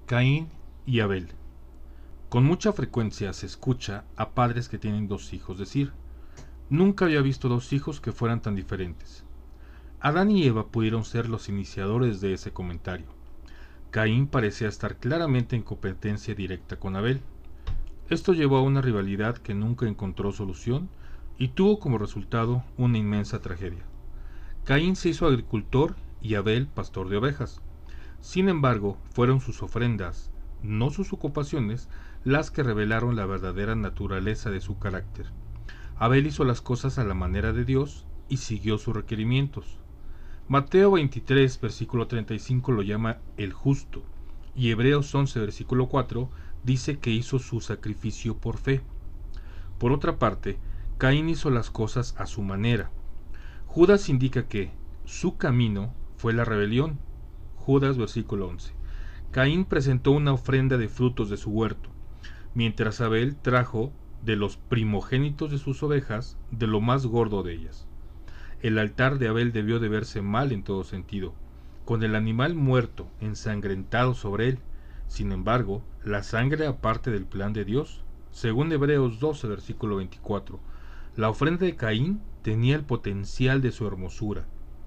Caín y Abel. Con mucha frecuencia se escucha a padres que tienen dos hijos decir: nunca había visto dos hijos que fueran tan diferentes. Adán y Eva pudieron ser los iniciadores de ese comentario. Caín parecía estar claramente en competencia directa con Abel. Esto llevó a una rivalidad que nunca encontró solución y tuvo como resultado una inmensa tragedia. Caín se hizo agricultor y Abel pastor de ovejas. Sin embargo, fueron sus ofrendas, no sus ocupaciones, las que revelaron la verdadera naturaleza de su carácter. Abel hizo las cosas a la manera de Dios y siguió sus requerimientos. Mateo 23, versículo 35 lo llama el justo, y Hebreos 11, versículo 4 dice que hizo su sacrificio por fe. Por otra parte, Caín hizo las cosas a su manera. Judas indica que su camino fue la rebelión. Judas, versículo 11. Caín presentó una ofrenda de frutos de su huerto, mientras Abel trajo de los primogénitos de sus ovejas, de lo más gordo de ellas. El altar de Abel debió de verse mal en todo sentido, con el animal muerto, ensangrentado sobre él. Sin embargo, la sangre aparte del plan de Dios. Según Hebreos 12, versículo 24, la ofrenda de Caín tenía el potencial de su hermosura.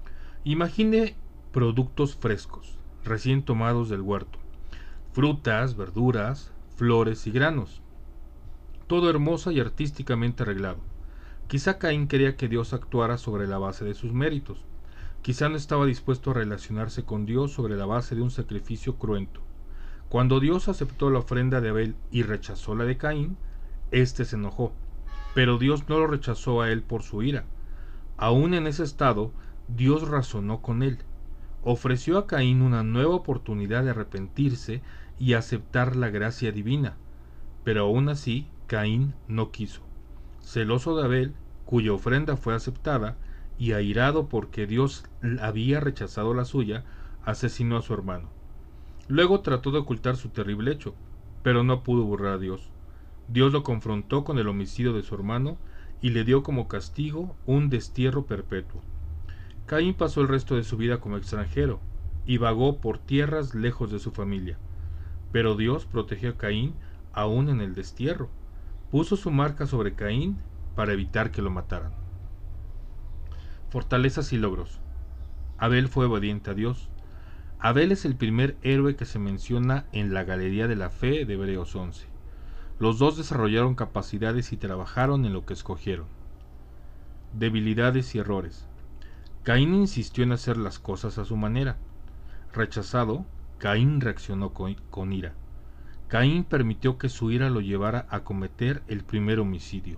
Imagine productos frescos, recién tomados del huerto, frutas, verduras, flores y granos, todo hermoso y artísticamente arreglado. Quizá Caín quería que Dios actuara sobre la base de sus méritos. Quizá no estaba dispuesto a relacionarse con Dios sobre la base de un sacrificio cruento. Cuando Dios aceptó la ofrenda de Abel y rechazó la de Caín, éste se enojó, pero Dios no lo rechazó a él por su ira. Aún en ese estado, Dios razonó con él. Ofreció a Caín una nueva oportunidad de arrepentirse y aceptar la gracia divina, pero aún así Caín no quiso. Celoso de Abel, cuya ofrenda fue aceptada, y airado porque Dios había rechazado la suya, asesinó a su hermano. Luego trató de ocultar su terrible hecho, pero no pudo burlar a Dios. Dios lo confrontó con el homicidio de su hermano y le dio como castigo un destierro perpetuo. Caín pasó el resto de su vida como extranjero y vagó por tierras lejos de su familia. Pero Dios protegió a Caín aún en el destierro. Puso su marca sobre Caín para evitar que lo mataran. Fortalezas y logros. Abel fue obediente a Dios. Abel es el primer héroe que se menciona en la Galería de la Fe de Hebreos 11. Los dos desarrollaron capacidades y trabajaron en lo que escogieron. Debilidades y errores. Caín insistió en hacer las cosas a su manera. Rechazado, Caín reaccionó con ira. Caín permitió que su ira lo llevara a cometer el primer homicidio.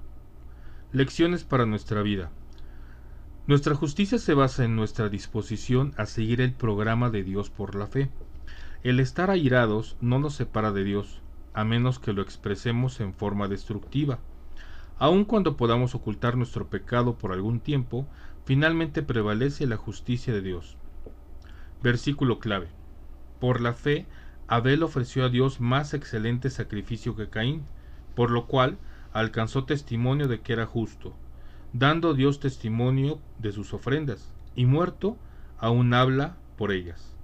Lecciones para nuestra vida. Nuestra justicia se basa en nuestra disposición a seguir el programa de Dios por la fe. El estar airados no nos separa de Dios, a menos que lo expresemos en forma destructiva. Aun cuando podamos ocultar nuestro pecado por algún tiempo, finalmente prevalece la justicia de Dios. Versículo clave. Por la fe, Abel ofreció a Dios más excelente sacrificio que Caín, por lo cual alcanzó testimonio de que era justo, dando Dios testimonio de sus ofrendas, y muerto, aún habla por ellas.